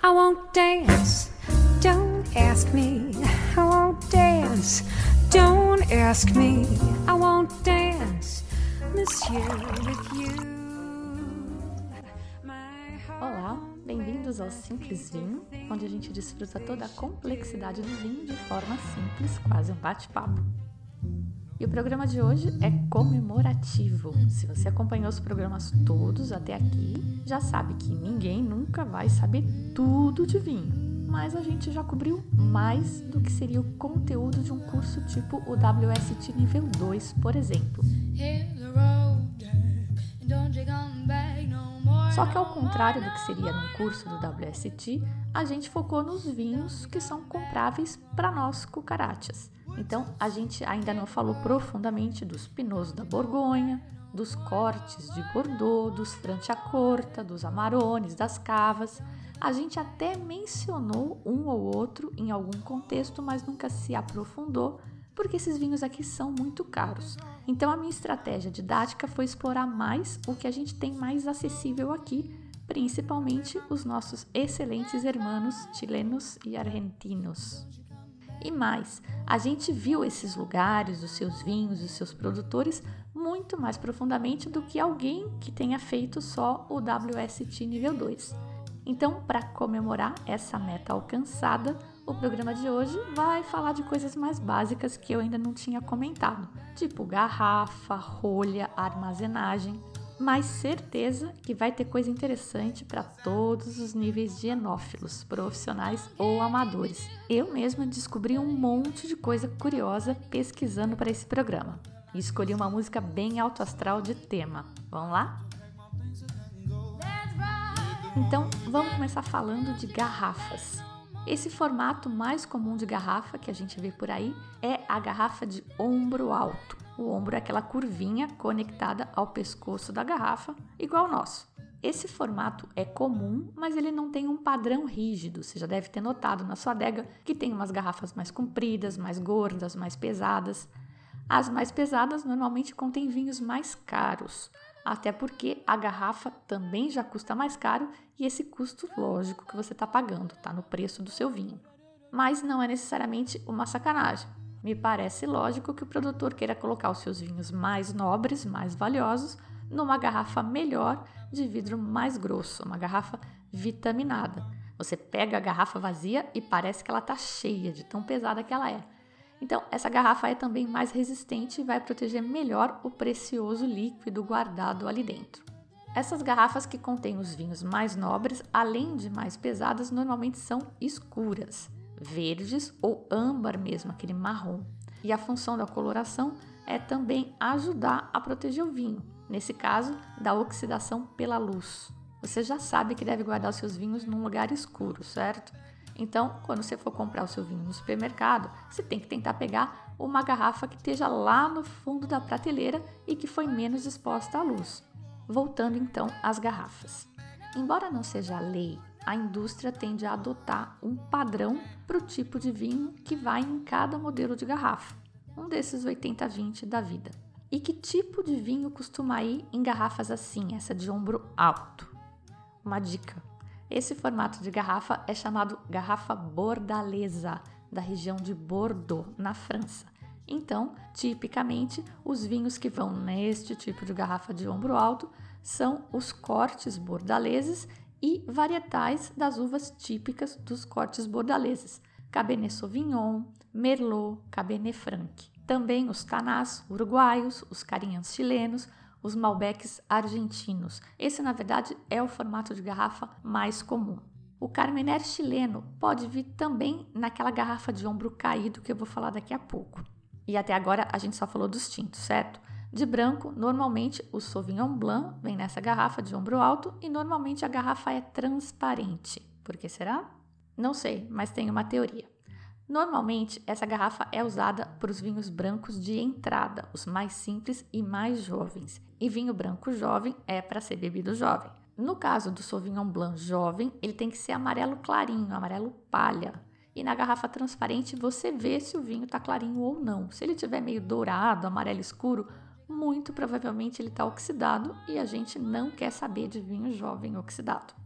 I won't dance, don't ask me. I won't dance, don't ask me. I won't dance, monsieur, with you. Olá, bem-vindos ao Simples Vinho, onde a gente desfruta toda a complexidade do vinho de forma simples, quase um bate-papo. E o programa de hoje é comemorativo. Se você acompanhou os programas todos até aqui, já sabe que ninguém nunca vai saber tudo de vinho. Mas a gente já cobriu mais do que seria o conteúdo de um curso tipo o WSET nível 2, por exemplo. Só que ao contrário do que seria num curso do WSET, a gente focou nos vinhos que são compráveis para nós cucarachas. Então, a gente ainda não falou profundamente dos Pinots da Borgonha, dos cortes de Bordeaux, dos Franciacorta, dos Amarones, das Cavas. A gente até mencionou um ou outro em algum contexto, mas nunca se aprofundou, porque esses vinhos aqui são muito caros. Então, a minha estratégia didática foi explorar mais o que a gente tem mais acessível aqui, principalmente os nossos excelentes irmãos chilenos e argentinos. E mais, a gente viu esses lugares, os seus vinhos, os seus produtores muito mais profundamente do que alguém que tenha feito só o WSET nível 2. Então, para comemorar essa meta alcançada, o programa de hoje vai falar de coisas mais básicas que eu ainda não tinha comentado, tipo garrafa, rolha, armazenagem, mas certeza que vai ter coisa interessante para todos os níveis de enófilos, profissionais ou amadores. Eu mesma descobri um monte de coisa curiosa pesquisando para esse programa e escolhi uma música bem alto astral de tema. Vamos lá? Então, vamos começar falando de garrafas. Esse formato mais comum de garrafa que a gente vê por aí é a garrafa de ombro alto. O ombro é aquela curvinha conectada ao pescoço da garrafa, igual ao nosso. Esse formato é comum, mas ele não tem um padrão rígido. Você já deve ter notado na sua adega que tem umas garrafas mais compridas, mais gordas, mais pesadas. As mais pesadas normalmente contêm vinhos mais caros, até porque a garrafa também já custa mais caro e esse custo, lógico, que você está pagando, está no preço do seu vinho. Mas não é necessariamente uma sacanagem. Me parece lógico que o produtor queira colocar os seus vinhos mais nobres, mais valiosos, numa garrafa melhor de vidro mais grosso, uma garrafa vitaminada. Você pega a garrafa vazia e parece que ela está cheia de tão pesada que ela é. Então, essa garrafa é também mais resistente e vai proteger melhor o precioso líquido guardado ali dentro. Essas garrafas que contêm os vinhos mais nobres, além de mais pesadas, normalmente são escuras, verdes ou âmbar mesmo, aquele marrom. E a função da coloração é também ajudar a proteger o vinho, nesse caso, da oxidação pela luz. Você já sabe que deve guardar os seus vinhos num lugar escuro, certo? Então, quando você for comprar o seu vinho no supermercado, você tem que tentar pegar uma garrafa que esteja lá no fundo da prateleira e que foi menos exposta à luz. Voltando então às garrafas. Embora não seja lei, a indústria tende a adotar um padrão para o tipo de vinho que vai em cada modelo de garrafa, um desses 80-20 da vida. E que tipo de vinho costuma ir em garrafas assim, essa de ombro alto? Uma dica: esse formato de garrafa é chamado garrafa bordalesa, da região de Bordeaux, na França. Então, tipicamente, os vinhos que vão neste tipo de garrafa de ombro alto são os cortes bordaleses e varietais das uvas típicas dos cortes bordaleses, Cabernet Sauvignon, Merlot, Cabernet Franc. Também os Tanás uruguaios, os Carignans chilenos, os Malbecs argentinos. Esse, na verdade, é o formato de garrafa mais comum. O Carmener chileno pode vir também naquela garrafa de ombro caído que eu vou falar daqui a pouco. E até agora a gente só falou dos tintos, certo? De branco, normalmente o Sauvignon Blanc vem nessa garrafa de ombro alto e normalmente a garrafa é transparente. Por que será? Não sei, mas tem uma teoria. Normalmente, essa garrafa é usada para os vinhos brancos de entrada, os mais simples e mais jovens. E vinho branco jovem é para ser bebido jovem. No caso do Sauvignon Blanc jovem, ele tem que ser amarelo clarinho, amarelo palha. E na garrafa transparente você vê se o vinho está clarinho ou não. Se ele estiver meio dourado, amarelo escuro, muito provavelmente ele está oxidado e a gente não quer saber de vinho jovem oxidado.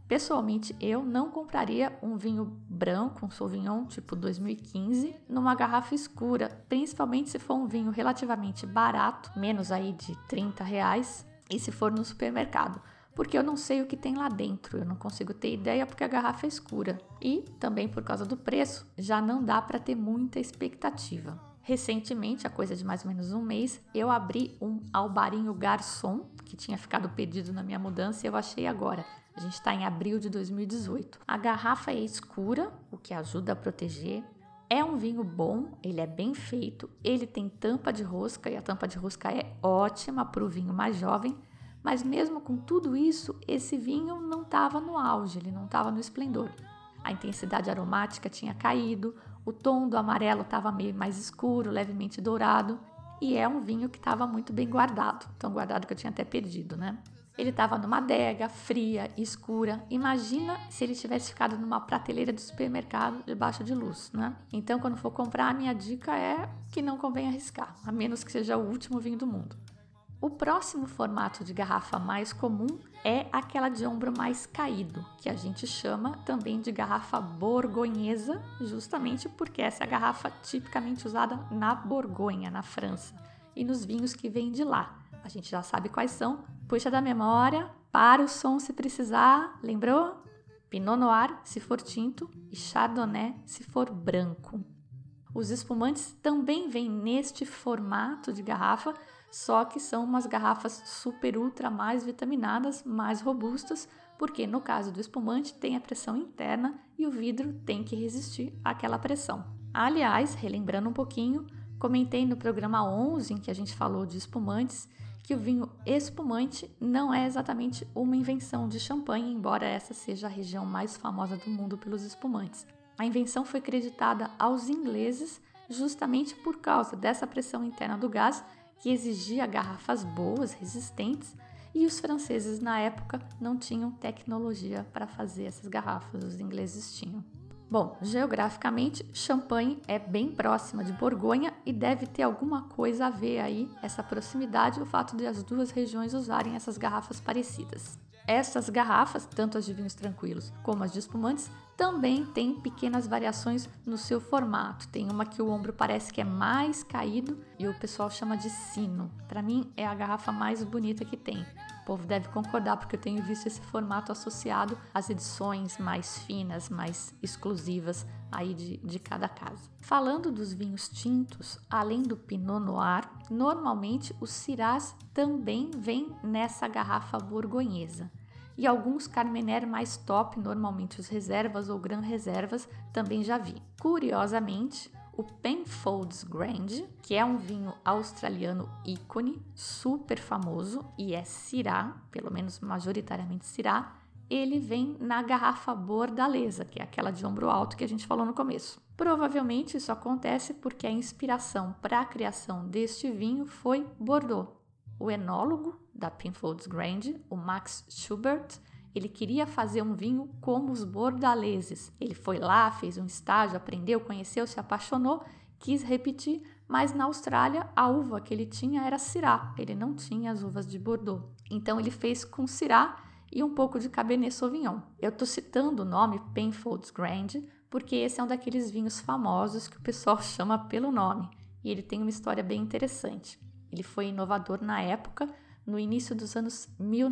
Pessoalmente, eu não compraria um vinho branco, um Sauvignon tipo 2015, numa garrafa escura, principalmente se for um vinho relativamente barato, menos aí de R$30, e se for no supermercado, porque eu não sei o que tem lá dentro, eu não consigo ter ideia porque a garrafa é escura. E também por causa do preço, já não dá para ter muita expectativa. Recentemente, há coisa de mais ou menos um mês, eu abri um Albarinho Garçom, que tinha ficado perdido na minha mudança e eu achei agora. A gente está em abril de 2018. A garrafa é escura, o que ajuda a proteger. É um vinho bom, ele é bem feito, ele tem tampa de rosca e a tampa de rosca é ótima para o vinho mais jovem, mas mesmo com tudo isso, esse vinho não estava no auge, ele não estava no esplendor. A intensidade aromática tinha caído, o tom do amarelo estava meio mais escuro, levemente dourado, e é um vinho que estava muito bem guardado, tão guardado que eu tinha até perdido, né? Ele estava numa adega fria, escura. Imagina se ele tivesse ficado numa prateleira do supermercado debaixo de luz, né? Então, quando for comprar, a minha dica é que não convém arriscar, a menos que seja o último vinho do mundo. O próximo formato de garrafa mais comum é aquela de ombro mais caído, que a gente chama também de garrafa borgonhesa, justamente porque essa é a garrafa tipicamente usada na Borgonha, na França, e nos vinhos que vêm de lá. A gente já sabe quais são. Puxa da memória, para o som se precisar, lembrou? Pinot Noir, se for tinto, e Chardonnay, se for branco. Os espumantes também vêm neste formato de garrafa, só que são umas garrafas super ultra mais vitaminadas, mais robustas, porque no caso do espumante tem a pressão interna e o vidro tem que resistir àquela pressão. Aliás, relembrando um pouquinho, comentei no programa 11, em que a gente falou de espumantes, que o vinho espumante não é exatamente uma invenção de Champagne, embora essa seja a região mais famosa do mundo pelos espumantes. A invenção foi creditada aos ingleses justamente por causa dessa pressão interna do gás, que exigia garrafas boas, resistentes, e os franceses na época não tinham tecnologia para fazer essas garrafas, os ingleses tinham. Bom, geograficamente, Champagne é bem próxima de Borgonha e deve ter alguma coisa a ver aí, essa proximidade, o fato de as duas regiões usarem essas garrafas parecidas. Essas garrafas, tanto as de vinhos tranquilos como as de espumantes, também têm pequenas variações no seu formato. Tem uma que o ombro parece que é mais caído e o pessoal chama de sino. Para mim, é a garrafa mais bonita que tem. O povo deve concordar, porque eu tenho visto esse formato associado às edições mais finas, mais exclusivas aí de cada casa. Falando dos vinhos tintos, além do Pinot Noir, normalmente os Syrahs também vêm nessa garrafa borgonhesa. E alguns Carmenère mais top, normalmente os reservas ou Gran Reservas, também já vi. Curiosamente, o Penfolds Grand, que é um vinho australiano ícone, super famoso e é Syrah, pelo menos majoritariamente Syrah, ele vem na garrafa bordalesa, que é aquela de ombro alto que a gente falou no começo. Provavelmente isso acontece porque a inspiração para a criação deste vinho foi Bordeaux. O enólogo da Penfolds Grand, o Max Schubert, ele queria fazer um vinho como os bordaleses. Ele foi lá, fez um estágio, aprendeu, conheceu, se apaixonou, quis repetir, mas na Austrália a uva que ele tinha era Syrah, ele não tinha as uvas de Bordeaux. Então ele fez com Syrah e um pouco de Cabernet Sauvignon. Eu estou citando o nome Penfolds Grand porque esse é um daqueles vinhos famosos que o pessoal chama pelo nome e ele tem uma história bem interessante. Ele foi inovador na época, no início dos anos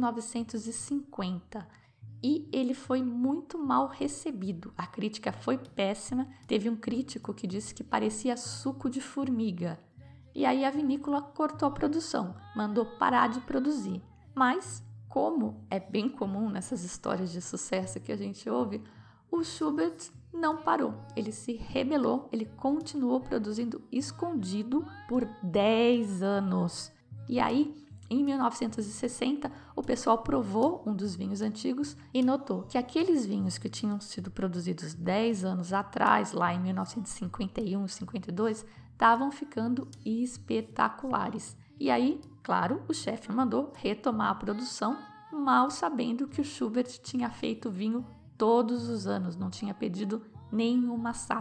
1950, e ele foi muito mal recebido. A crítica foi péssima, teve um crítico que disse que parecia suco de formiga. E aí a vinícola cortou a produção, mandou parar de produzir. Mas, como é bem comum nessas histórias de sucesso que a gente ouve, o Schubert não parou, ele se rebelou, ele continuou produzindo escondido por 10 anos. E aí, em 1960, o pessoal provou um dos vinhos antigos e notou que aqueles vinhos que tinham sido produzidos 10 anos atrás, lá em 1951, 52, estavam ficando espetaculares. E aí, claro, o chefe mandou retomar a produção, mal sabendo que o Schubert tinha feito vinho todos os anos, não tinha perdido nenhuma safra.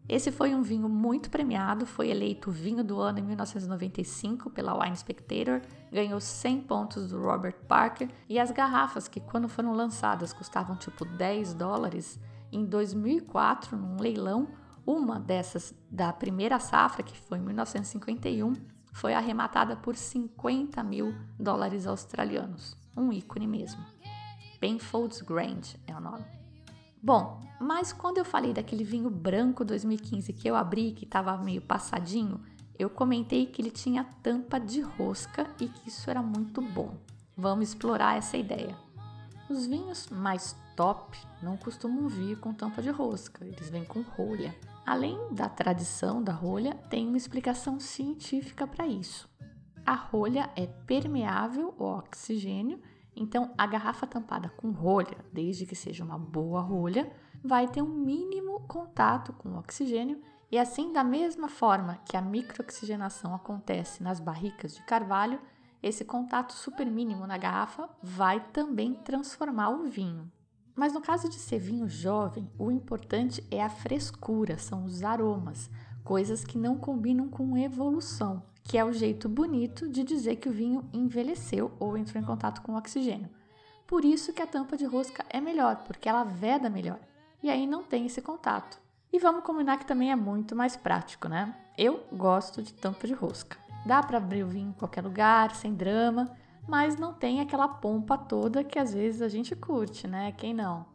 Esse foi um vinho muito premiado, foi eleito o vinho do ano em 1995 pela Wine Spectator, ganhou 100 pontos do Robert Parker, e as garrafas, que quando foram lançadas custavam tipo $10, em 2004, num leilão, uma dessas da primeira safra, que foi em 1951, foi arrematada por $50 mil australianos. Um ícone mesmo. Penfolds Grange é o nome. Bom, mas quando eu falei daquele vinho branco 2015 que eu abri, que estava meio passadinho, eu comentei que ele tinha tampa de rosca e que isso era muito bom. Vamos explorar essa ideia. Os vinhos mais top não costumam vir com tampa de rosca, eles vêm com rolha. Além da tradição da rolha, tem uma explicação científica para isso. A rolha é permeável ao oxigênio, então a garrafa tampada com rolha, desde que seja uma boa rolha, vai ter um mínimo contato com o oxigênio e assim, da mesma forma que a microoxigenação acontece nas barricas de carvalho, esse contato super mínimo na garrafa vai também transformar o vinho. Mas no caso de ser vinho jovem, o importante é a frescura, são os aromas, coisas que não combinam com evolução, que é o jeito bonito de dizer que o vinho envelheceu ou entrou em contato com o oxigênio. Por isso que a tampa de rosca é melhor, porque ela veda melhor, e aí não tem esse contato. E vamos combinar que também é muito mais prático, né? Eu gosto de tampa de rosca. Dá para abrir o vinho em qualquer lugar, sem drama, mas não tem aquela pompa toda que às vezes a gente curte, né? Quem não?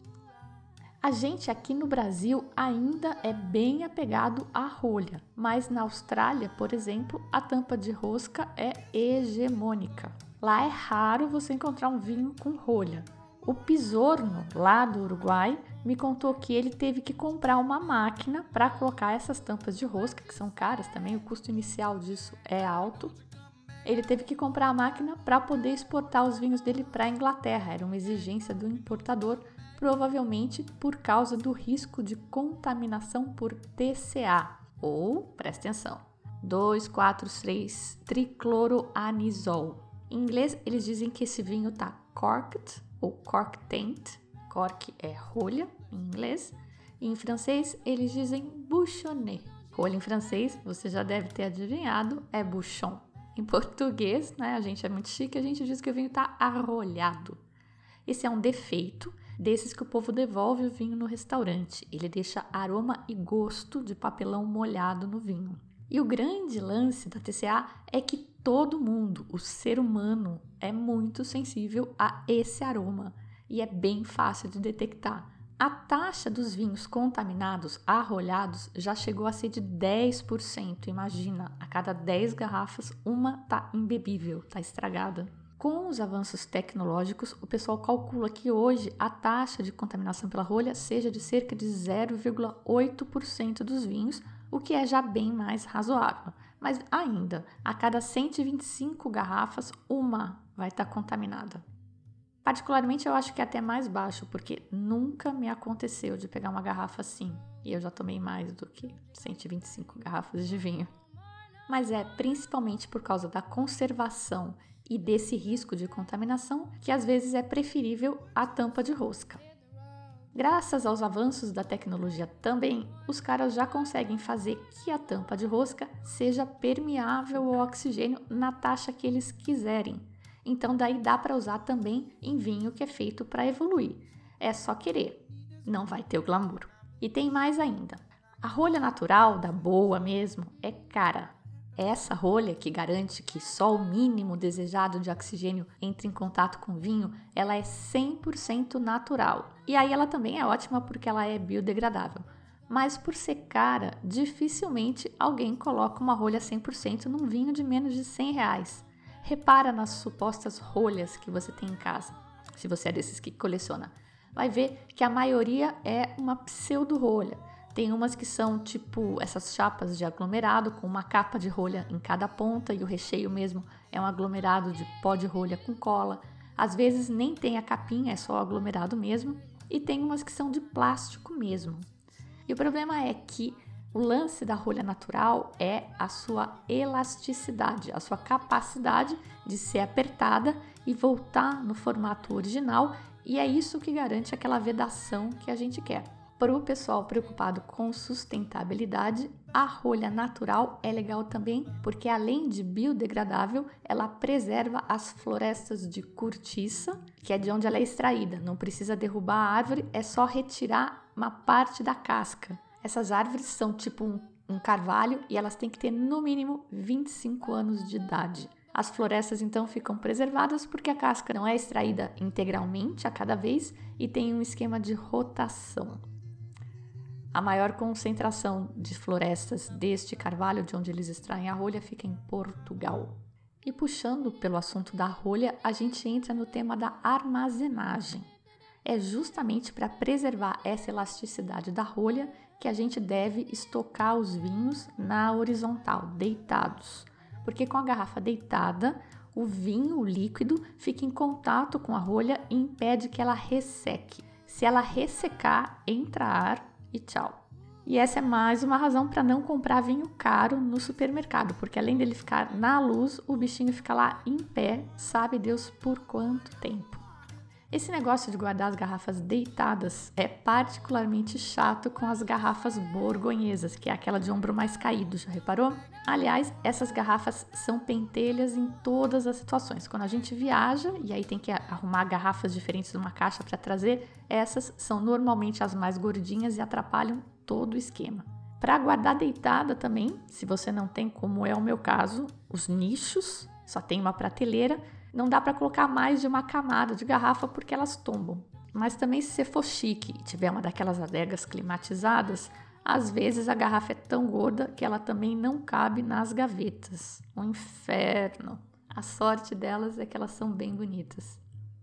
A gente aqui no Brasil ainda é bem apegado à rolha, mas na Austrália, por exemplo, a tampa de rosca é hegemônica. Lá é raro você encontrar um vinho com rolha. O Pisorno, lá do Uruguai, me contou que ele teve que comprar uma máquina para colocar essas tampas de rosca, que são caras também, o custo inicial disso é alto. Ele teve que comprar a máquina para poder exportar os vinhos dele para a Inglaterra, era uma exigência do importador, provavelmente por causa do risco de contaminação por TCA, ou, presta atenção, 2,4,3-tricloroanisol. Em inglês, eles dizem que esse vinho está corked, ou cork taint, cork é rolha em inglês, e em francês eles dizem bouchonné. Rolha em francês, você já deve ter adivinhado, é bouchon. Em português, né, a gente é muito chique, a gente diz que o vinho está arrolhado. Esse é um defeito desses que o povo devolve o vinho no restaurante. Ele deixa aroma e gosto de papelão molhado no vinho. E o grande lance da TCA é que todo mundo, o ser humano, é muito sensível a esse aroma e é bem fácil de detectar. A taxa dos vinhos contaminados, arrolhados, já chegou a ser de 10%. Imagina, a cada 10 garrafas, uma está imbebível, está estragada. Com os avanços tecnológicos, o pessoal calcula que hoje a taxa de contaminação pela rolha seja de cerca de 0,8% dos vinhos, o que é já bem mais razoável. Mas ainda, a cada 125 garrafas, uma vai estar contaminada. Particularmente, eu acho que é até mais baixo, porque nunca me aconteceu de pegar uma garrafa assim. E eu já tomei mais do que 125 garrafas de vinho. Mas é principalmente por causa da conservação e desse risco de contaminação que às vezes é preferível a tampa de rosca. Graças aos avanços da tecnologia também, os caras já conseguem fazer que a tampa de rosca seja permeável ao oxigênio na taxa que eles quiserem. Então daí dá para usar também em vinho que é feito para evoluir. É só querer, não vai ter o glamour. E tem mais ainda. A rolha natural, da boa mesmo, é cara. Essa rolha que garante que só o mínimo desejado de oxigênio entre em contato com o vinho, ela é 100% natural. E aí ela também é ótima porque ela é biodegradável. Mas por ser cara, dificilmente alguém coloca uma rolha 100% num vinho de menos de R$100. Repara nas supostas rolhas que você tem em casa, se você é desses que coleciona. Vai ver que a maioria é uma pseudo-rolha. Tem umas que são tipo essas chapas de aglomerado com uma capa de rolha em cada ponta e o recheio mesmo é um aglomerado de pó de rolha com cola. Às vezes nem tem a capinha, é só o aglomerado mesmo. E tem umas que são de plástico mesmo. E o problema é que o lance da rolha natural é a sua elasticidade, a sua capacidade de ser apertada e voltar no formato original, e é isso que garante aquela vedação que a gente quer. Para o pessoal preocupado com sustentabilidade, a rolha natural é legal também, porque além de biodegradável, ela preserva as florestas de cortiça, que é de onde ela é extraída. Não precisa derrubar a árvore, é só retirar uma parte da casca. Essas árvores são tipo um carvalho e elas têm que ter no mínimo 25 anos de idade. As florestas então ficam preservadas porque a casca não é extraída integralmente a cada vez e tem um esquema de rotação. A maior concentração de florestas deste carvalho, de onde eles extraem a rolha, fica em Portugal. E puxando pelo assunto da rolha, a gente entra no tema da armazenagem. É justamente para preservar essa elasticidade da rolha que a gente deve estocar os vinhos na horizontal, deitados. Porque com a garrafa deitada, o vinho, o líquido, fica em contato com a rolha e impede que ela resseque. Se ela ressecar, entra ar e tchau. E essa é mais uma razão para não comprar vinho caro no supermercado, porque além dele ficar na luz, o bichinho fica lá em pé, sabe Deus por quanto tempo. Esse negócio de guardar as garrafas deitadas é particularmente chato com as garrafas borgonhesas, que é aquela de ombro mais caído, já reparou? Aliás, essas garrafas são pentelhas em todas as situações. Quando a gente viaja e aí tem que arrumar garrafas diferentes numa caixa para trazer, essas são normalmente as mais gordinhas e atrapalham todo o esquema. Para guardar deitada também, se você não tem, como é o meu caso, os nichos, só tem uma prateleira, não dá para colocar mais de uma camada de garrafa porque elas tombam. Mas também se você for chique e tiver uma daquelas adegas climatizadas, às vezes a garrafa é tão gorda que ela também não cabe nas gavetas. Um inferno. A sorte delas é que elas são bem bonitas.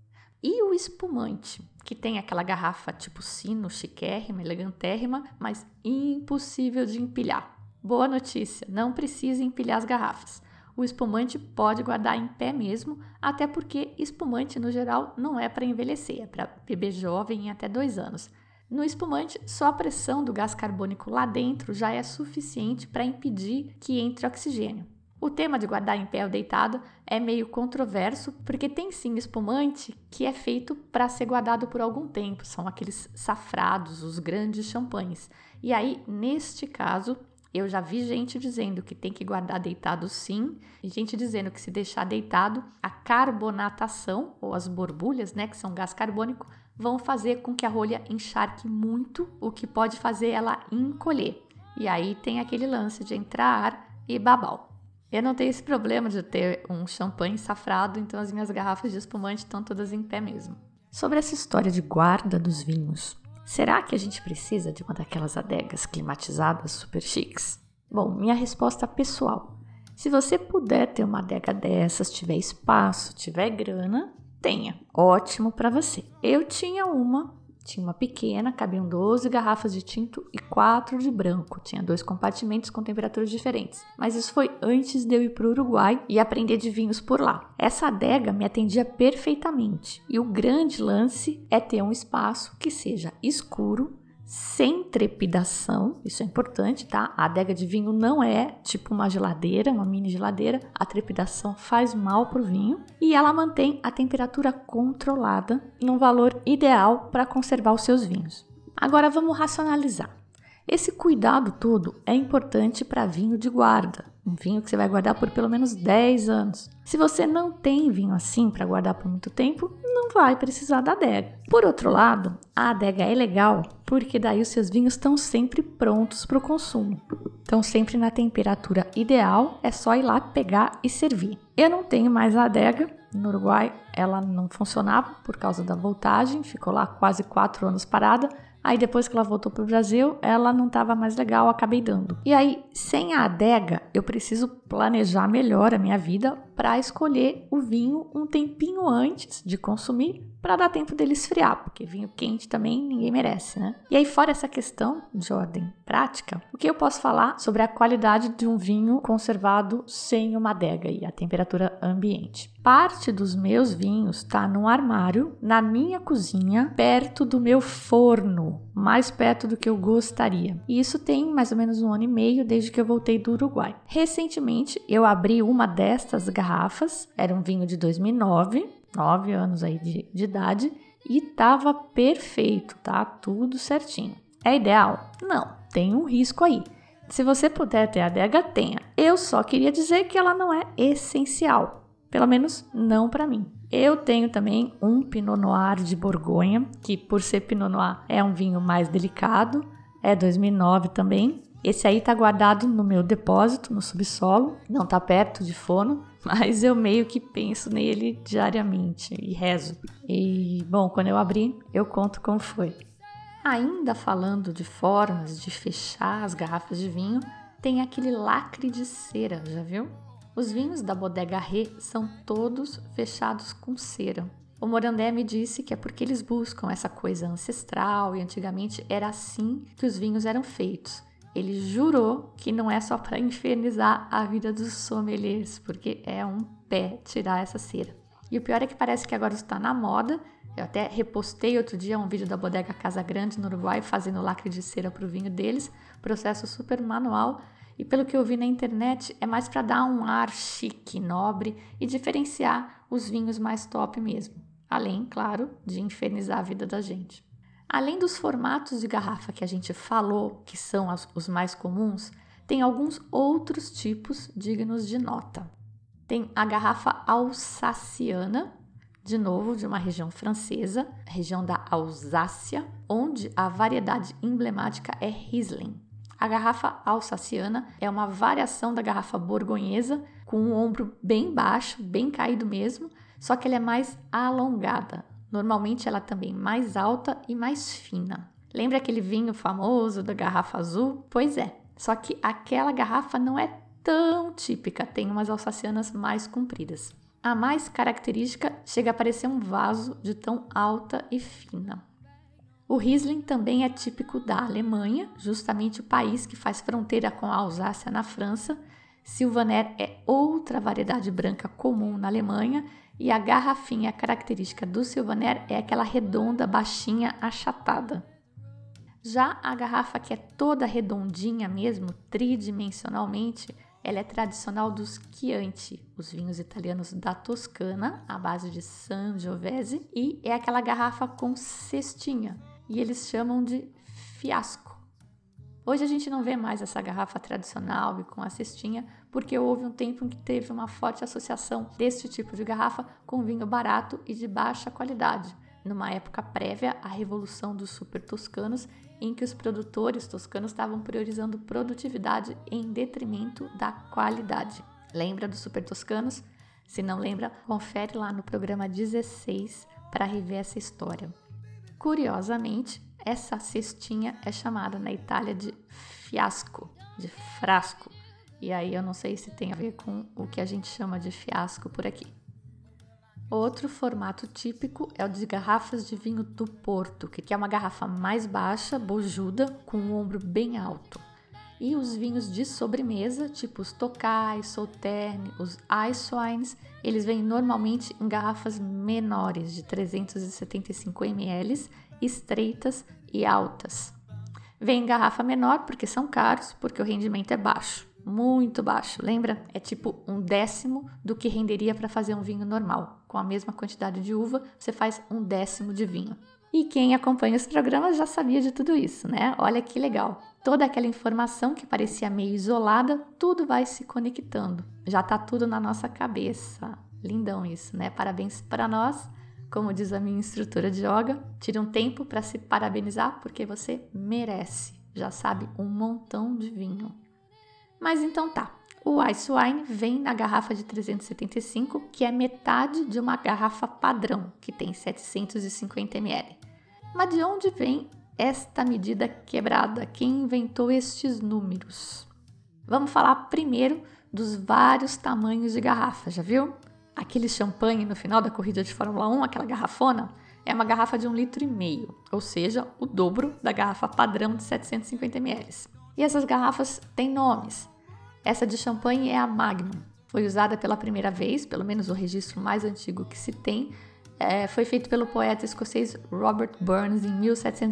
E o espumante, que tem aquela garrafa tipo sino, chiquérrima, elegantérrima, mas impossível de empilhar. Boa notícia, não precisa empilhar as garrafas. O espumante pode guardar em pé mesmo, até porque espumante, no geral, não é para envelhecer, é para bebê jovem em até 2 anos. No espumante, só a pressão do gás carbônico lá dentro já é suficiente para impedir que entre oxigênio. O tema de guardar em pé ou deitado é meio controverso, porque tem sim espumante que é feito para ser guardado por algum tempo, são aqueles safrados, os grandes champanhes. E aí, neste caso, eu já vi gente dizendo que tem que guardar deitado sim, e gente dizendo que se deixar deitado, a carbonatação, ou as borbulhas, né, que são gás carbônico, vão fazer com que a rolha encharque muito, o que pode fazer ela encolher. E aí tem aquele lance de entrar ar e babau. Eu não tenho esse problema de ter um champanhe safrado, então as minhas garrafas de espumante estão todas em pé mesmo. Sobre essa história de guarda dos vinhos, será que a gente precisa de uma daquelas adegas climatizadas super chiques? Bom, minha resposta pessoal. Se você puder ter uma adega dessas, tiver espaço, tiver grana, tenha. Ótimo para você. Eu tinha uma pequena, cabiam 12 garrafas de tinto e 4 de branco. Tinha 2 compartimentos com temperaturas diferentes. Mas isso foi antes de eu ir para o Uruguai e aprender de vinhos por lá. Essa adega me atendia perfeitamente. E o grande lance é ter um espaço que seja escuro, sem trepidação, isso é importante, tá? A adega de vinho não é tipo uma geladeira, uma mini geladeira. A trepidação faz mal pro vinho e ela mantém a temperatura controlada num valor ideal para conservar os seus vinhos. Agora vamos racionalizar. Esse cuidado todo é importante para vinho de guarda, um vinho que você vai guardar por pelo menos 10 anos. Se você não tem vinho assim para guardar por muito tempo, não vai precisar da adega. Por outro lado, a adega é legal porque daí os seus vinhos estão sempre prontos para o consumo. Estão sempre na temperatura ideal, é só ir lá pegar e servir. Eu não tenho mais a adega. No Uruguai ela não funcionava por causa da voltagem, ficou lá quase 4 anos parada. Aí depois que ela voltou para o Brasil, ela não estava mais legal, acabei dando. E aí, sem a adega, eu preciso planejar melhor a minha vida para escolher o vinho um tempinho antes de consumir, para dar tempo dele esfriar, porque vinho quente também ninguém merece, né? E aí, fora essa questão de ordem prática, o que eu posso falar sobre a qualidade de um vinho conservado sem uma adega e a temperatura ambiente? Parte dos meus vinhos está num armário, na minha cozinha, perto do meu forno, mais perto do que eu gostaria. E isso tem mais ou menos 1 ano e meio desde que eu voltei do Uruguai. Recentemente, eu abri uma destas garrafas, era um vinho de 2009, 9 anos aí de idade, e tava perfeito, tá? Tudo certinho. É ideal? Não, tem um risco aí. Se você puder ter adega, tenha. Eu só queria dizer que ela não é essencial. Pelo menos não para mim. Eu tenho também um Pinot Noir de Borgonha, que por ser Pinot Noir é um vinho mais delicado. É 2009 também. Esse aí tá guardado no meu depósito, no subsolo. Não tá perto de forno, mas eu meio que penso nele diariamente e rezo. E, bom, quando eu abrir, eu conto como foi. Ainda falando de formas de fechar as garrafas de vinho, tem aquele lacre de cera, já viu? Os vinhos da Bodega Ré são todos fechados com cera. O Morandé me disse que é porque eles buscam essa coisa ancestral e antigamente era assim que os vinhos eram feitos. Ele jurou que não é só para infernizar a vida dos sommeliers, porque é um pé tirar essa cera. E o pior é que parece que agora está na moda. Eu até repostei outro dia um vídeo da Bodega Casa Grande no Uruguai fazendo lacre de cera para o vinho deles, processo super manual. E pelo que eu vi na internet, é mais para dar um ar chique, nobre e diferenciar os vinhos mais top mesmo. Além, claro, de infernizar a vida da gente. Além dos formatos de garrafa que a gente falou, que são os mais comuns, tem alguns outros tipos dignos de nota. Tem a garrafa alsaciana, de novo de uma região francesa, região da Alsácia, onde a variedade emblemática é Riesling. A garrafa alsaciana é uma variação da garrafa borgonhesa, com um ombro bem baixo, bem caído mesmo, só que ela é mais alongada. Normalmente ela é também mais alta e mais fina. Lembra aquele vinho famoso da garrafa azul? Pois é, só que aquela garrafa não é tão típica, tem umas alsacianas mais compridas. A mais característica chega a parecer um vaso de tão alta e fina. O Riesling também é típico da Alemanha, justamente o país que faz fronteira com a Alsácia na França. Sylvaner é outra variedade branca comum na Alemanha e a garrafinha característica do Sylvaner é aquela redonda, baixinha, achatada. Já a garrafa que é toda redondinha mesmo, tridimensionalmente, ela é tradicional dos Chianti, os vinhos italianos da Toscana, à base de Sangiovese, e é aquela garrafa com cestinha, e eles chamam de fiasco. Hoje a gente não vê mais essa garrafa tradicional e com a cestinha, porque houve um tempo em que teve uma forte associação deste tipo de garrafa com vinho barato e de baixa qualidade, numa época prévia à Revolução dos Super Toscanos, em que os produtores toscanos estavam priorizando produtividade em detrimento da qualidade. Lembra dos Super Toscanos? Se não lembra, confere lá no programa 16 para rever essa história. Curiosamente, essa cestinha é chamada na Itália de fiasco, de frasco. E aí eu não sei se tem a ver com o que a gente chama de fiasco por aqui. Outro formato típico é o de garrafas de vinho do Porto, que é uma garrafa mais baixa, bojuda, com um ombro bem alto. E os vinhos de sobremesa, tipo os Tokai, Sauternes, os Ice Wines, eles vêm normalmente em garrafas menores, de 375 ml, estreitas e altas. Vem em garrafa menor porque são caros, porque o rendimento é baixo, muito baixo, lembra? É tipo 1/10 do que renderia para fazer um vinho normal. Com a mesma quantidade de uva, você faz 1/10 de vinho. E quem acompanha os programas já sabia de tudo isso, né? Olha que legal. Toda aquela informação que parecia meio isolada, tudo vai se conectando. Já tá tudo na nossa cabeça. Lindão isso, né? Parabéns para nós. Como diz a minha instrutora de yoga, tire um tempo para se parabenizar porque você merece. Já sabe um montão de vinho. Mas então tá. O Ice Wine vem na garrafa de 375, que é metade de uma garrafa padrão, que tem 750 ml. Mas de onde vem esta medida quebrada? Quem inventou estes números? Vamos falar primeiro dos vários tamanhos de garrafa, já viu? Aquele champanhe no final da corrida de Fórmula 1, aquela garrafona, é uma garrafa de 1,5 litro, ou seja, o dobro da garrafa padrão de 750 ml. E essas garrafas têm nomes. Essa de champanhe é a Magnum. Foi usada pela primeira vez, pelo menos o registro mais antigo que se tem, foi feito pelo poeta escocês Robert Burns em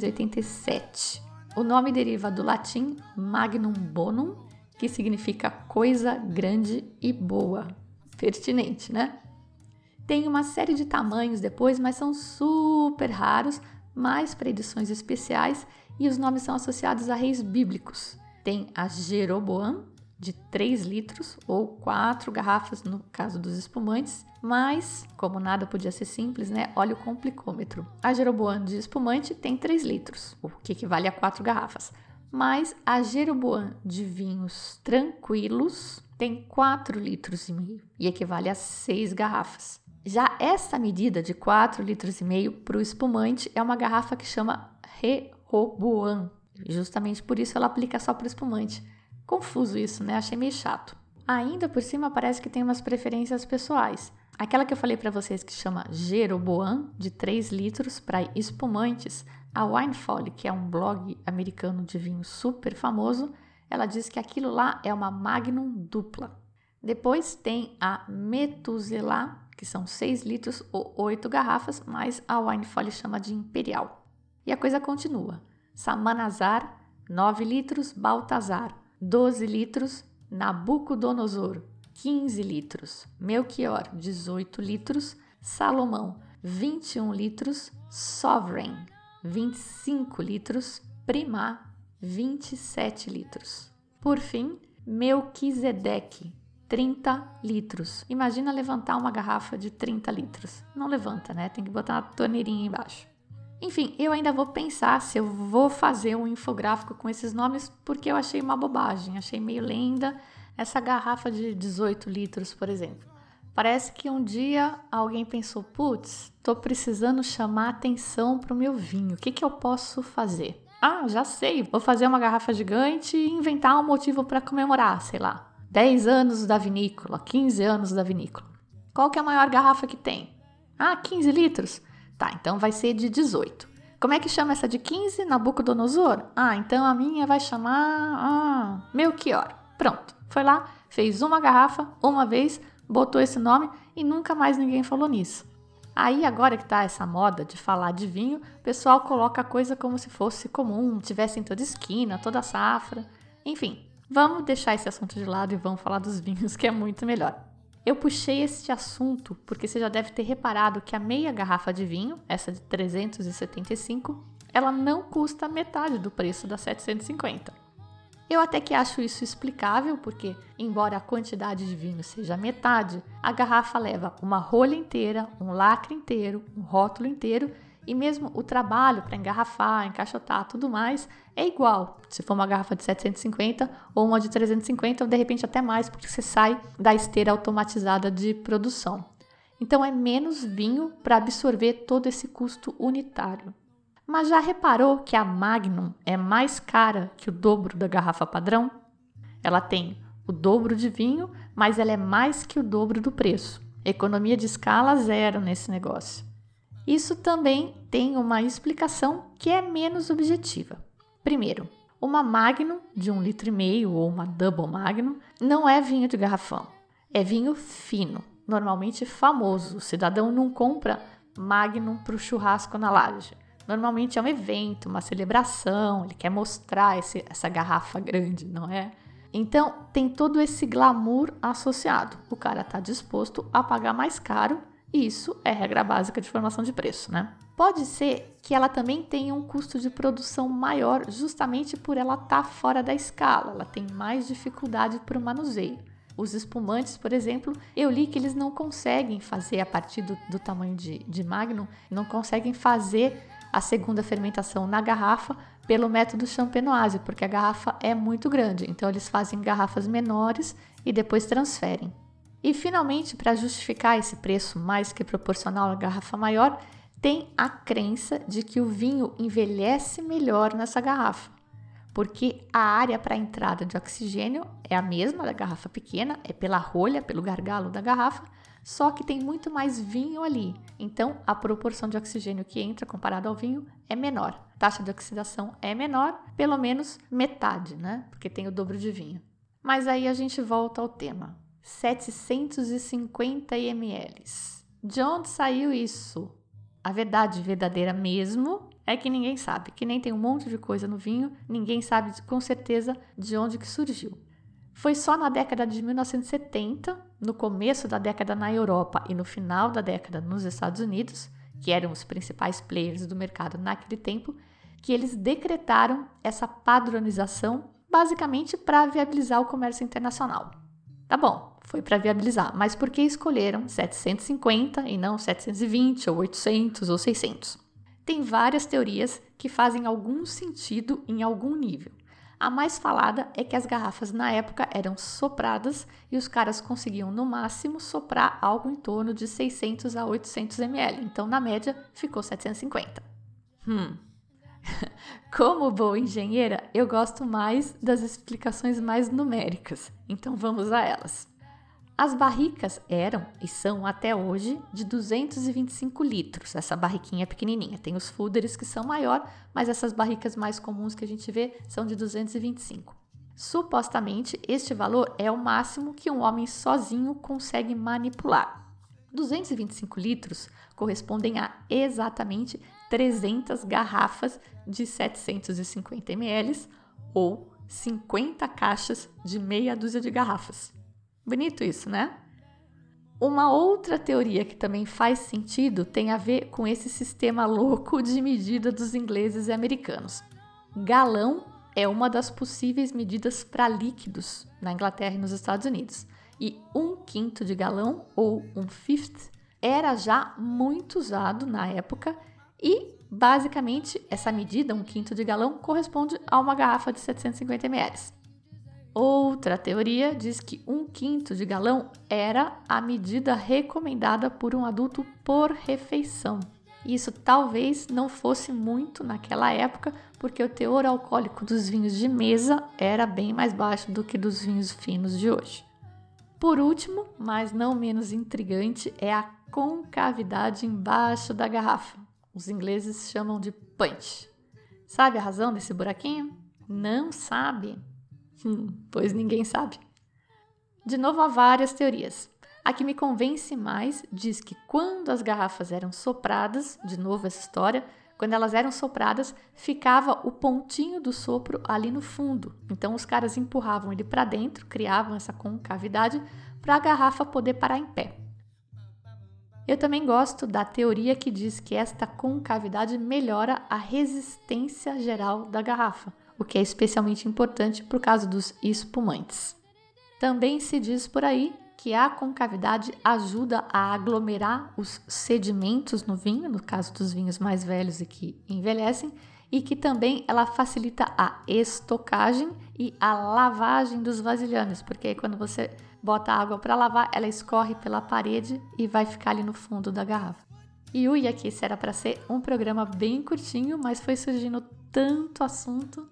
1787. O nome deriva do latim magnum bonum, que significa coisa grande e boa. Pertinente, né? Tem uma série de tamanhos depois, mas são super raros, mais para edições especiais, e os nomes são associados a reis bíblicos. Tem a Jeroboam, de 3 litros, ou 4 garrafas no caso dos espumantes, mas, como nada podia ser simples, né? Olha o complicômetro. A Jeroboam de espumante tem 3 litros, o que equivale a 4 garrafas. Mas a Jeroboam de vinhos tranquilos tem 4 litros e meio e equivale a 6 garrafas. Já essa medida de 4 litros e meio para o espumante é uma garrafa que chama Rehoboam. Justamente por isso ela aplica só para o espumante. Confuso isso, né? Achei meio chato. Ainda por cima parece que tem umas preferências pessoais. Aquela que eu falei para vocês que chama Jeroboam, de 3 litros para espumantes, a Winefolly, que é um blog americano de vinho super famoso, ela diz que aquilo lá é uma Magnum dupla. Depois tem a Methuselah, que são 6 litros ou 8 garrafas, mas a Winefolly chama de Imperial. E a coisa continua. Samanazar, 9 litros, Baltazar, 12 litros, Nabucodonosor, 15 litros, Melchior, 18 litros, Salomão, 21 litros, Sovereign, 25 litros, Primá, 27 litros. Por fim, Melquisedeque, 30 litros. Imagina levantar uma garrafa de 30 litros. Não levanta, né? Tem que botar uma torneirinha embaixo. Enfim, eu ainda vou pensar se eu vou fazer um infográfico com esses nomes, porque eu achei uma bobagem, achei meio lenda essa garrafa de 18 litros, por exemplo. Parece que um dia alguém pensou, putz, tô precisando chamar atenção pro meu vinho, o que eu posso fazer? Ah, já sei, vou fazer uma garrafa gigante e inventar um motivo para comemorar, sei lá, 10 anos da vinícola, 15 anos da vinícola. Qual que é a maior garrafa que tem? Ah, 15 litros? Tá, então vai ser de 18. Como é que chama essa de 15? Nabucodonosor? Ah, então a minha vai chamar Melchior. Pronto, foi lá, fez uma garrafa, uma vez, botou esse nome e nunca mais ninguém falou nisso. Aí agora que tá essa moda de falar de vinho, o pessoal coloca a coisa como se fosse comum, tivesse em toda esquina, toda safra. Enfim, vamos deixar esse assunto de lado e vamos falar dos vinhos, que é muito melhor. Eu puxei este assunto porque você já deve ter reparado que a meia garrafa de vinho, essa de 375, ela não custa metade do preço da 750. Eu até que acho isso explicável, porque, embora a quantidade de vinho seja metade, a garrafa leva uma rolha inteira, um lacre inteiro, um rótulo inteiro, e mesmo o trabalho para engarrafar, encaixotar, tudo mais, é igual. Se for uma garrafa de 750 ou uma de 350, ou de repente até mais, porque você sai da esteira automatizada de produção. Então é menos vinho para absorver todo esse custo unitário. Mas já reparou que a Magnum é mais cara que o dobro da garrafa padrão? Ela tem o dobro de vinho, mas ela é mais que o dobro do preço. Economia de escala zero nesse negócio. Isso também tem uma explicação que é menos objetiva. Primeiro, uma Magnum de 1,5 litro ou uma Double Magnum não é vinho de garrafão. É vinho fino, normalmente famoso. O cidadão não compra Magnum para o churrasco na laje. Normalmente é um evento, uma celebração, ele quer mostrar essa garrafa grande, não é? Então, tem todo esse glamour associado. O cara está disposto a pagar mais caro e isso é regra básica de formação de preço, né? Pode ser que ela também tenha um custo de produção maior justamente por ela estar fora da escala, ela tem mais dificuldade para o manuseio. Os espumantes, por exemplo, eu li que eles não conseguem fazer, a partir do tamanho de Magnum, não conseguem fazer a segunda fermentação na garrafa pelo método champenoise, porque a garrafa é muito grande. Então, eles fazem garrafas menores e depois transferem. E, finalmente, para justificar esse preço mais que proporcional à garrafa maior, tem a crença de que o vinho envelhece melhor nessa garrafa, porque a área para a entrada de oxigênio é a mesma da garrafa pequena, é pela rolha, pelo gargalo da garrafa, só que tem muito mais vinho ali. Então, a proporção de oxigênio que entra comparado ao vinho é menor. A taxa de oxidação é menor, pelo menos metade, né? Porque tem o dobro de vinho. Mas aí a gente volta ao tema. 750 ml. De onde saiu isso? A verdade verdadeira mesmo é que ninguém sabe, que nem tem um monte de coisa no vinho, ninguém sabe com certeza de onde que surgiu. Foi só na década de 1970, no começo da década na Europa e no final da década nos Estados Unidos, que eram os principais players do mercado naquele tempo, que eles decretaram essa padronização basicamente para viabilizar o comércio internacional. Tá bom, foi para viabilizar, mas por que escolheram 750 e não 720 ou 800 ou 600? Tem várias teorias que fazem algum sentido em algum nível. A mais falada é que as garrafas na época eram sopradas e os caras conseguiam no máximo soprar algo em torno de 600 a 800 ml, então na média ficou 750. Como boa engenheira, eu gosto mais das explicações mais numéricas, então vamos a elas. As barricas eram e são até hoje de 225 litros, essa barriquinha pequenininha. Tem os fooders que são maior, mas essas barricas mais comuns que a gente vê são de 225. Supostamente, este valor é o máximo que um homem sozinho consegue manipular. 225 litros correspondem a exatamente 300 garrafas de 750 ml ou 50 caixas de meia dúzia de garrafas. Bonito isso, né? Uma outra teoria que também faz sentido tem a ver com esse sistema louco de medida dos ingleses e americanos. Galão é uma das possíveis medidas para líquidos na Inglaterra e nos Estados Unidos. E 1/5 de galão, ou 1/5, era já muito usado na época e, basicamente, essa medida, 1/5 de galão, corresponde a uma garrafa de 750 ml. Outra teoria diz que 1/5 de galão era a medida recomendada por um adulto por refeição. Isso talvez não fosse muito naquela época, porque o teor alcoólico dos vinhos de mesa era bem mais baixo do que dos vinhos finos de hoje. Por último, mas não menos intrigante, é a concavidade embaixo da garrafa. Os ingleses chamam de punch. Sabe a razão desse buraquinho? Não sabe? Pois ninguém sabe. De novo, há várias teorias. A que me convence mais diz que quando as garrafas eram sopradas, de novo essa história, quando elas eram sopradas, ficava o pontinho do sopro ali no fundo. Então os caras empurravam ele para dentro, criavam essa concavidade para a garrafa poder parar em pé. Eu também gosto da teoria que diz que esta concavidade melhora a resistência geral da garrafa, o que é especialmente importante por causa dos espumantes. Também se diz por aí que a concavidade ajuda a aglomerar os sedimentos no vinho, no caso dos vinhos mais velhos e que envelhecem, e que também ela facilita a estocagem e a lavagem dos vasilhames, porque aí quando você bota água para lavar, ela escorre pela parede e vai ficar ali no fundo da garrafa. E ui, aqui isso era para ser um programa bem curtinho, mas foi surgindo tanto assunto.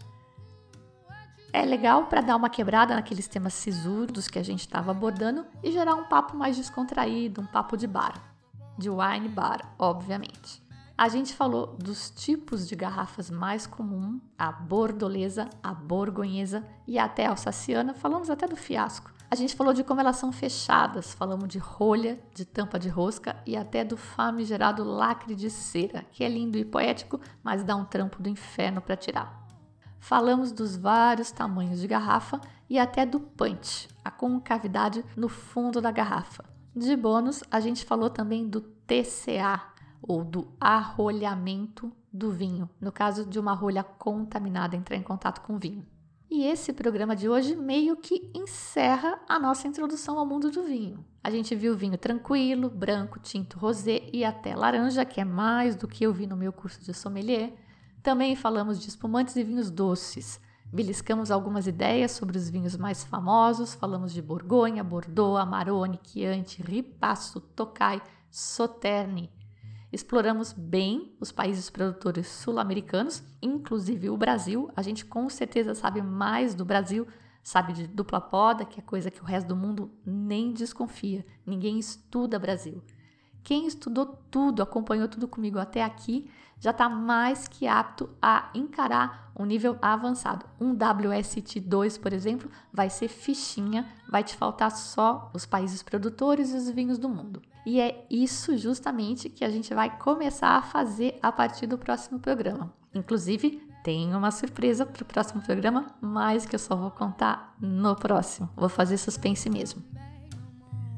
É legal para dar uma quebrada naqueles temas sisudos que a gente estava abordando e gerar um papo mais descontraído, um papo de bar, de wine bar, obviamente. A gente falou dos tipos de garrafas mais comuns, a bordolesa, a borgonhesa e até a alsaciana, falamos até do fiasco. A gente falou de como elas são fechadas, falamos de rolha, de tampa de rosca e até do famigerado lacre de cera, que é lindo e poético, mas dá um trampo do inferno para tirar. Falamos dos vários tamanhos de garrafa e até do punch, a concavidade no fundo da garrafa. De bônus, a gente falou também do TCA, ou do arrolhamento do vinho, no caso de uma rolha contaminada entrar em contato com o vinho. E esse programa de hoje meio que encerra a nossa introdução ao mundo do vinho. A gente viu vinho tranquilo, branco, tinto, rosé e até laranja, que é mais do que eu vi no meu curso de sommelier. Também falamos de espumantes e vinhos doces. Beliscamos algumas ideias sobre os vinhos mais famosos, falamos de Borgonha, Bordeaux, Amarone, Chianti, Ripasso, Tokai, Sauternes. Exploramos bem os países produtores sul-americanos, inclusive o Brasil. A gente com certeza sabe mais do Brasil, sabe de dupla poda, que é coisa que o resto do mundo nem desconfia. Ninguém estuda Brasil. Quem estudou tudo, acompanhou tudo comigo até aqui, já está mais que apto a encarar um nível avançado. Um WSET 2, por exemplo, vai ser fichinha, vai te faltar só os países produtores e os vinhos do mundo. E é isso justamente que a gente vai começar a fazer a partir do próximo programa. Inclusive, tem uma surpresa para o próximo programa, mas que eu só vou contar no próximo. Vou fazer suspense mesmo.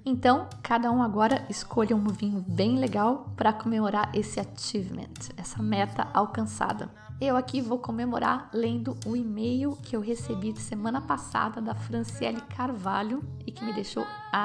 Então, cada um agora escolha um vinho bem legal para comemorar esse achievement, essa meta alcançada. Eu aqui vou comemorar lendo o e-mail que eu recebi semana passada da Franciele Carvalho e que me deixou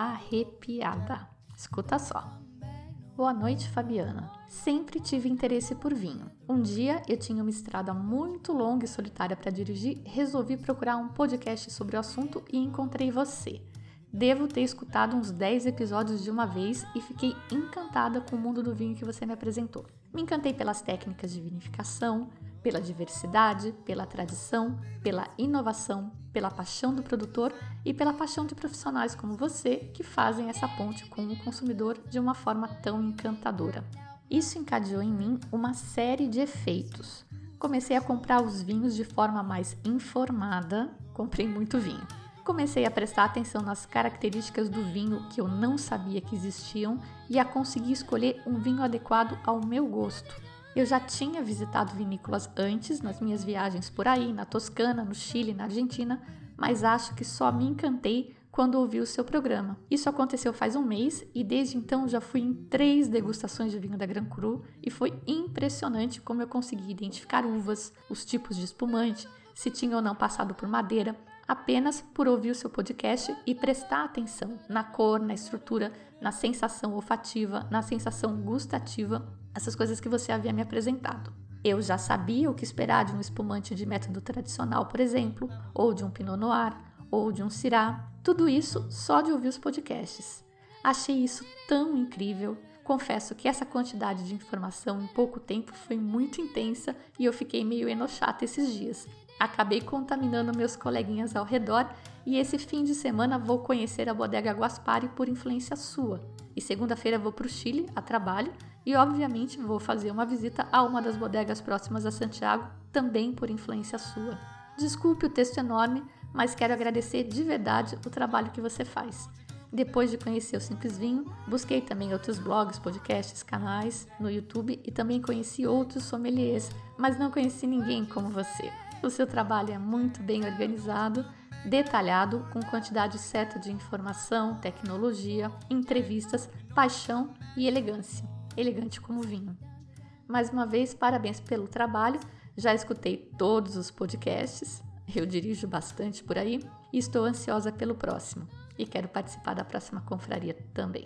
arrepiada. Escuta só. Boa noite, Fabiana. Sempre tive interesse por vinho. Um dia eu tinha uma estrada muito longa e solitária para dirigir, resolvi procurar um podcast sobre o assunto e encontrei você. Devo ter escutado uns 10 episódios de uma vez e fiquei encantada com o mundo do vinho que você me apresentou. Me encantei pelas técnicas de vinificação, pela diversidade, pela tradição, pela inovação, pela paixão do produtor e pela paixão de profissionais como você que fazem essa ponte com o consumidor de uma forma tão encantadora. Isso encadeou em mim uma série de efeitos. Comecei a comprar os vinhos de forma mais informada, comprei muito vinho. Comecei a prestar atenção nas características do vinho que eu não sabia que existiam e a conseguir escolher um vinho adequado ao meu gosto. Eu já tinha visitado vinícolas antes, nas minhas viagens por aí, na Toscana, no Chile, na Argentina, mas acho que só me encantei quando ouvi o seu programa. Isso aconteceu faz um mês e desde então já fui em 3 degustações de vinho da Gran Cru e foi impressionante como eu consegui identificar uvas, os tipos de espumante, se tinha ou não passado por madeira, apenas por ouvir o seu podcast e prestar atenção na cor, na estrutura, na sensação olfativa, na sensação gustativa, essas coisas que você havia me apresentado. Eu já sabia o que esperar de um espumante de método tradicional, por exemplo, ou de um Pinot Noir, ou de um Syrah, tudo isso só de ouvir os podcasts. Achei isso tão incrível. Confesso que essa quantidade de informação em pouco tempo foi muito intensa e eu fiquei meio enochata esses dias. Acabei contaminando meus coleguinhas ao redor e esse fim de semana vou conhecer a Bodega Guaspari por influência sua. E segunda-feira vou para o Chile a trabalho e obviamente vou fazer uma visita a uma das bodegas próximas a Santiago, também por influência sua. Desculpe o texto enorme, mas quero agradecer de verdade o trabalho que você faz. Depois de conhecer o Simples Vinho, busquei também outros blogs, podcasts, canais no YouTube e também conheci outros sommeliers, mas não conheci ninguém como você. O seu trabalho é muito bem organizado, detalhado, com quantidade certa de informação, tecnologia, entrevistas, paixão e elegância. Elegante como vinho. Mais uma vez, parabéns pelo trabalho. Já escutei todos os podcasts, eu dirijo bastante por aí e estou ansiosa pelo próximo. E quero participar da próxima confraria também.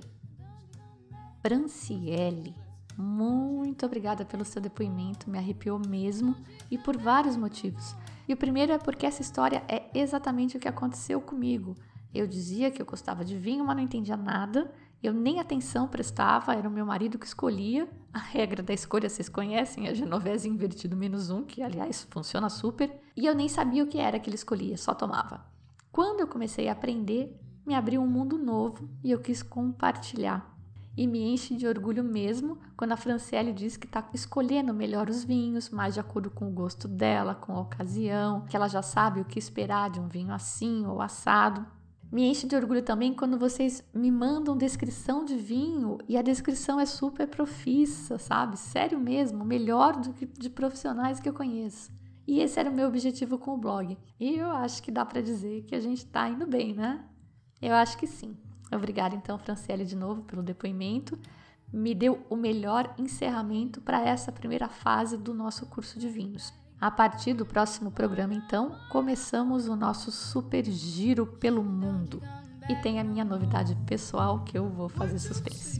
Franciele, muito obrigada pelo seu depoimento, me arrepiou mesmo e por vários motivos. E o primeiro é porque essa história é exatamente o que aconteceu comigo. Eu dizia que eu gostava de vinho, mas não entendia nada, eu nem atenção prestava, era o meu marido que escolhia. A regra da escolha vocês conhecem, a Genovese invertido -1, que aliás funciona super, e eu nem sabia o que era que ele escolhia, só tomava. Quando eu comecei a aprender, me abriu um mundo novo e eu quis compartilhar. E me enche de orgulho mesmo quando a Franciele diz que está escolhendo melhor os vinhos, mais de acordo com o gosto dela, com a ocasião, que ela já sabe o que esperar de um vinho assim ou assado. Me enche de orgulho também quando vocês me mandam descrição de vinho e a descrição é super profissa, sabe? Sério mesmo, melhor do que de profissionais que eu conheço. E esse era o meu objetivo com o blog. E eu acho que dá para dizer que a gente está indo bem, né? Eu acho que sim. Obrigada então, Franciele, de novo pelo depoimento. Me deu o melhor encerramento para essa primeira fase do nosso curso de vinhos. A partir do próximo programa, então, começamos o nosso super giro pelo mundo. E tem a minha novidade pessoal que eu vou fazer suspense.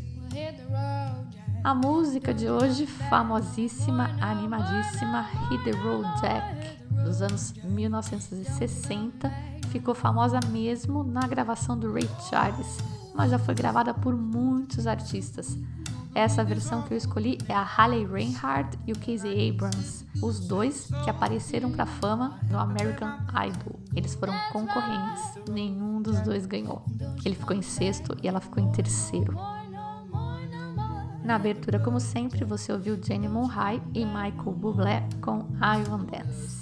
A música de hoje, famosíssima, animadíssima, Hit the Road Jack, dos anos 1960, ficou famosa mesmo na gravação do Ray Charles, mas já foi gravada por muitos artistas. Essa versão que eu escolhi é a Hayley Reinhardt e o Casey Abrams, os dois que apareceram para a fama no American Idol. Eles foram concorrentes, nenhum dos dois ganhou. Ele ficou em 6º e ela ficou em 3º. Na abertura, como sempre, você ouviu Jenny Monhai e Michael Bublé com I Want Dance.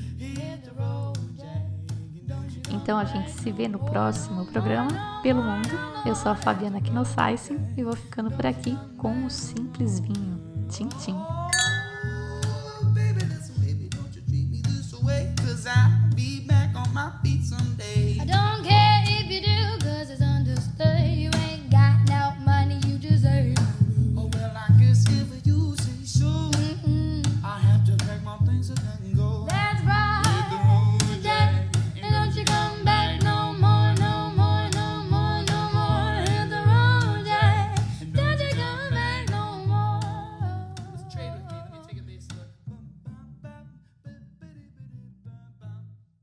Então a gente se vê no próximo programa Pelo Mundo. Eu sou a Fabiana Knossaisen e vou ficando por aqui com o Simples Vinho. Tchim, tchim.